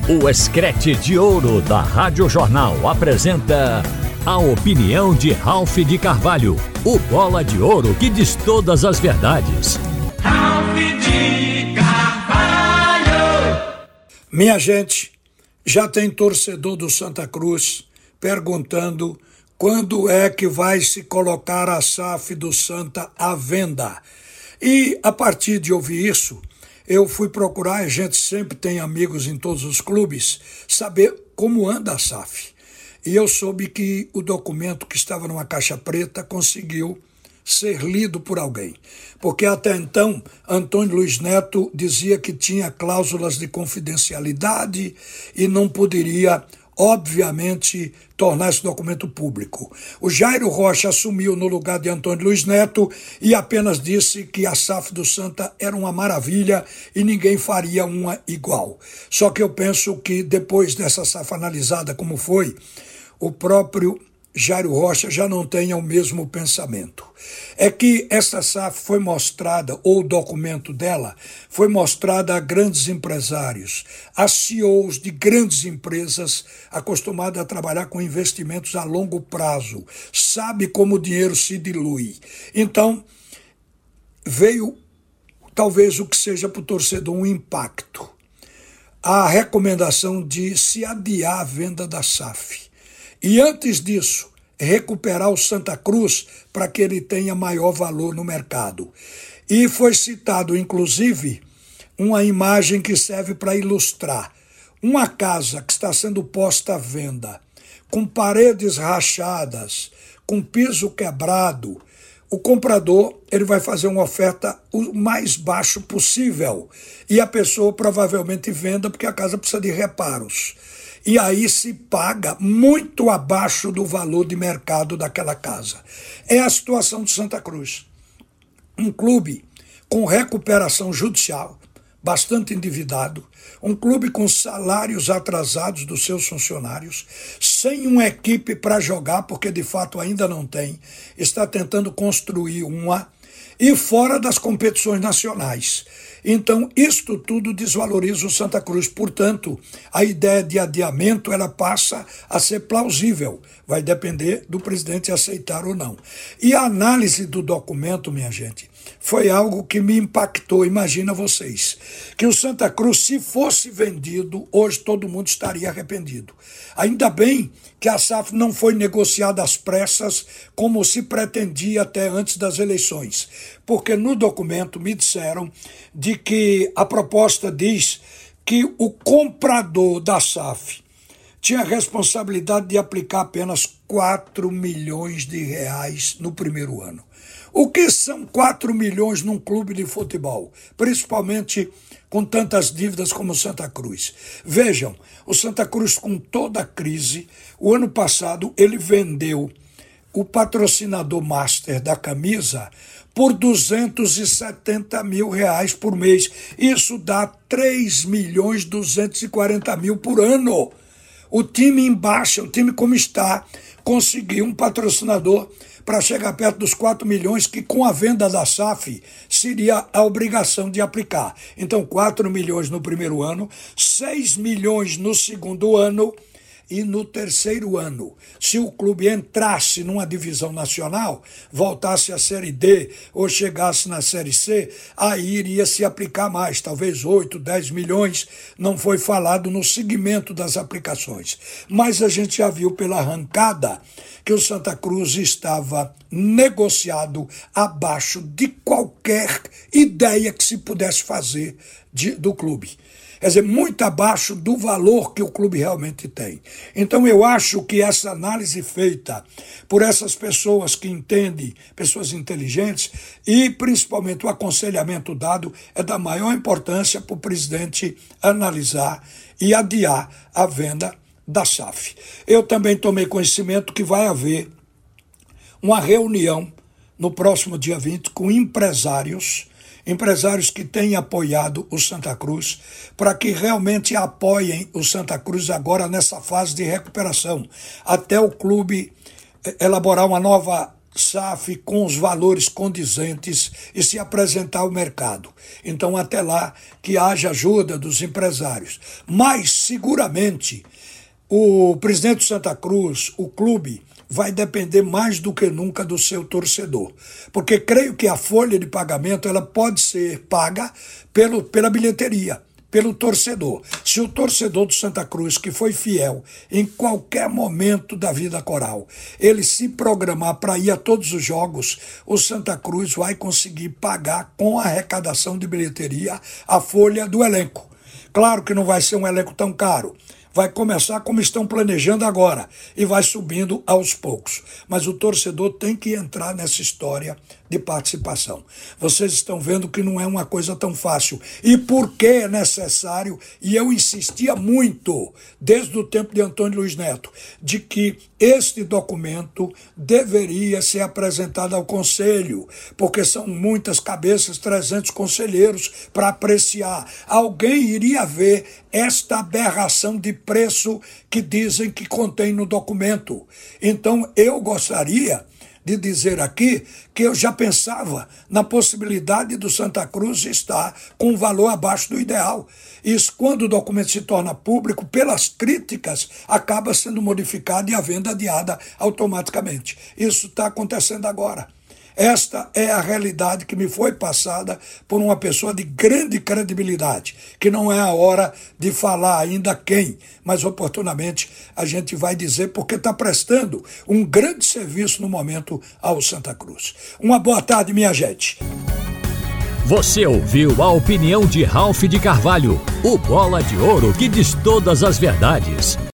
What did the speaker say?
O Escrete de Ouro da Rádio Jornal apresenta a opinião de Ralph de Carvalho, o bola de ouro que diz todas as verdades. Ralph de Carvalho! Minha gente, já tem torcedor do Santa Cruz perguntando quando é que vai se colocar a SAF do Santa à venda. E a partir de ouvir isso, eu fui procurar, a gente sempre tem amigos em todos os clubes, saber como anda a SAF. E eu soube que o documento que estava numa caixa preta conseguiu ser lido por alguém. Porque até então, Antônio Luiz Neto dizia que tinha cláusulas de confidencialidade e não poderia, obviamente, tornar esse documento público. O Jairo Rocha assumiu no lugar de Antônio Luiz Neto e apenas disse que a SAF do Santa era uma maravilha e ninguém faria uma igual. Só que eu penso que depois dessa SAF analisada como foi, o próprio Jairo Rocha já não tenha o mesmo pensamento. É que essa SAF foi mostrada, ou o documento dela, foi mostrada a grandes empresários, a CEOs de grandes empresas acostumados a trabalhar com investimentos a longo prazo, sabe como o dinheiro se dilui. Então, veio talvez o que seja para o torcedor um impacto. A recomendação de se adiar a venda da SAF. E antes disso, recuperar o Santa Cruz para que ele tenha maior valor no mercado. E foi citado, inclusive, uma imagem que serve para ilustrar. Uma casa que está sendo posta à venda, com paredes rachadas, com piso quebrado, o comprador ele vai fazer uma oferta o mais baixo possível. E a pessoa provavelmente venda porque a casa precisa de reparos. E aí se paga muito abaixo do valor de mercado daquela casa. É a situação de Santa Cruz. Um clube com recuperação judicial, bastante endividado, um clube com salários atrasados dos seus funcionários, sem uma equipe para jogar, porque de fato ainda não tem, está tentando construir uma, e fora das competições nacionais. Então, isto tudo desvaloriza o Santa Cruz. Portanto, a ideia de adiamento ela passa a ser plausível. Vai depender do presidente aceitar ou não. E a análise do documento, minha gente, foi algo que me impactou. Imagina vocês, que o Santa Cruz, se fosse vendido, hoje todo mundo estaria arrependido. Ainda bem que a SAF não foi negociada às pressas, como se pretendia até antes das eleições. Porque no documento me disseram de que a proposta diz que o comprador da SAF tinha a responsabilidade de aplicar apenas 4 milhões de reais no primeiro ano. O que são 4 milhões num clube de futebol? Principalmente com tantas dívidas como o Santa Cruz. Vejam, o Santa Cruz com toda a crise, o ano passado ele vendeu o patrocinador master da camisa por 270 mil reais por mês. Isso dá 3.240.000 por ano. O time em baixa, o time como está, conseguiu um patrocinador para chegar perto dos 4 milhões, que com a venda da SAF seria a obrigação de aplicar. Então, 4 milhões no primeiro ano, 6 milhões no segundo ano e no terceiro ano. Se o clube entrasse numa divisão nacional, voltasse à Série D ou chegasse na Série C, aí iria se aplicar mais, talvez 8, 10 milhões, não foi falado no segmento das aplicações. Mas a gente já viu pela arrancada que o Santa Cruz estava negociado abaixo de qualquer ideia que se pudesse fazer do clube. Quer dizer, muito abaixo do valor que o clube realmente tem. Então eu acho que essa análise feita por essas pessoas que entendem, pessoas inteligentes, e principalmente o aconselhamento dado é da maior importância para o presidente analisar e adiar a venda da SAF. Eu também tomei conhecimento que vai haver uma reunião no próximo dia 20 com empresários que têm apoiado o Santa Cruz, para que realmente apoiem o Santa Cruz agora nessa fase de recuperação, até o clube elaborar uma nova SAF com os valores condizentes e se apresentar ao mercado. Então, até lá, que haja ajuda dos empresários. Mas, seguramente, o presidente do Santa Cruz, o clube, vai depender mais do que nunca do seu torcedor. Porque creio que a folha de pagamento ela pode ser paga pela bilheteria, pelo torcedor. Se o torcedor do Santa Cruz, que foi fiel em qualquer momento da vida coral, ele se programar para ir a todos os jogos, o Santa Cruz vai conseguir pagar com a arrecadação de bilheteria a folha do elenco. Claro que não vai ser um elenco tão caro. Vai começar como estão planejando agora e vai subindo aos poucos. Mas o torcedor tem que entrar nessa história de participação. Vocês estão vendo que não é uma coisa tão fácil. E por que é necessário, e eu insistia muito, desde o tempo de Antônio Luiz Neto, de que este documento deveria ser apresentado ao Conselho, porque são muitas cabeças, 300 conselheiros para apreciar. Alguém iria ver esta aberração de preço que dizem que contém no documento. Então, eu gostaria de dizer aqui que eu já pensava na possibilidade do Santa Cruz estar com um valor abaixo do ideal. Isso, quando o documento se torna público, pelas críticas, acaba sendo modificado e a venda adiada automaticamente. Isso está acontecendo agora. Esta é a realidade que me foi passada por uma pessoa de grande credibilidade, que não é a hora de falar ainda quem, mas oportunamente a gente vai dizer porque está prestando um grande serviço no momento ao Santa Cruz. Uma boa tarde, minha gente. Você ouviu a opinião de Ralph de Carvalho, o bola de ouro que diz todas as verdades.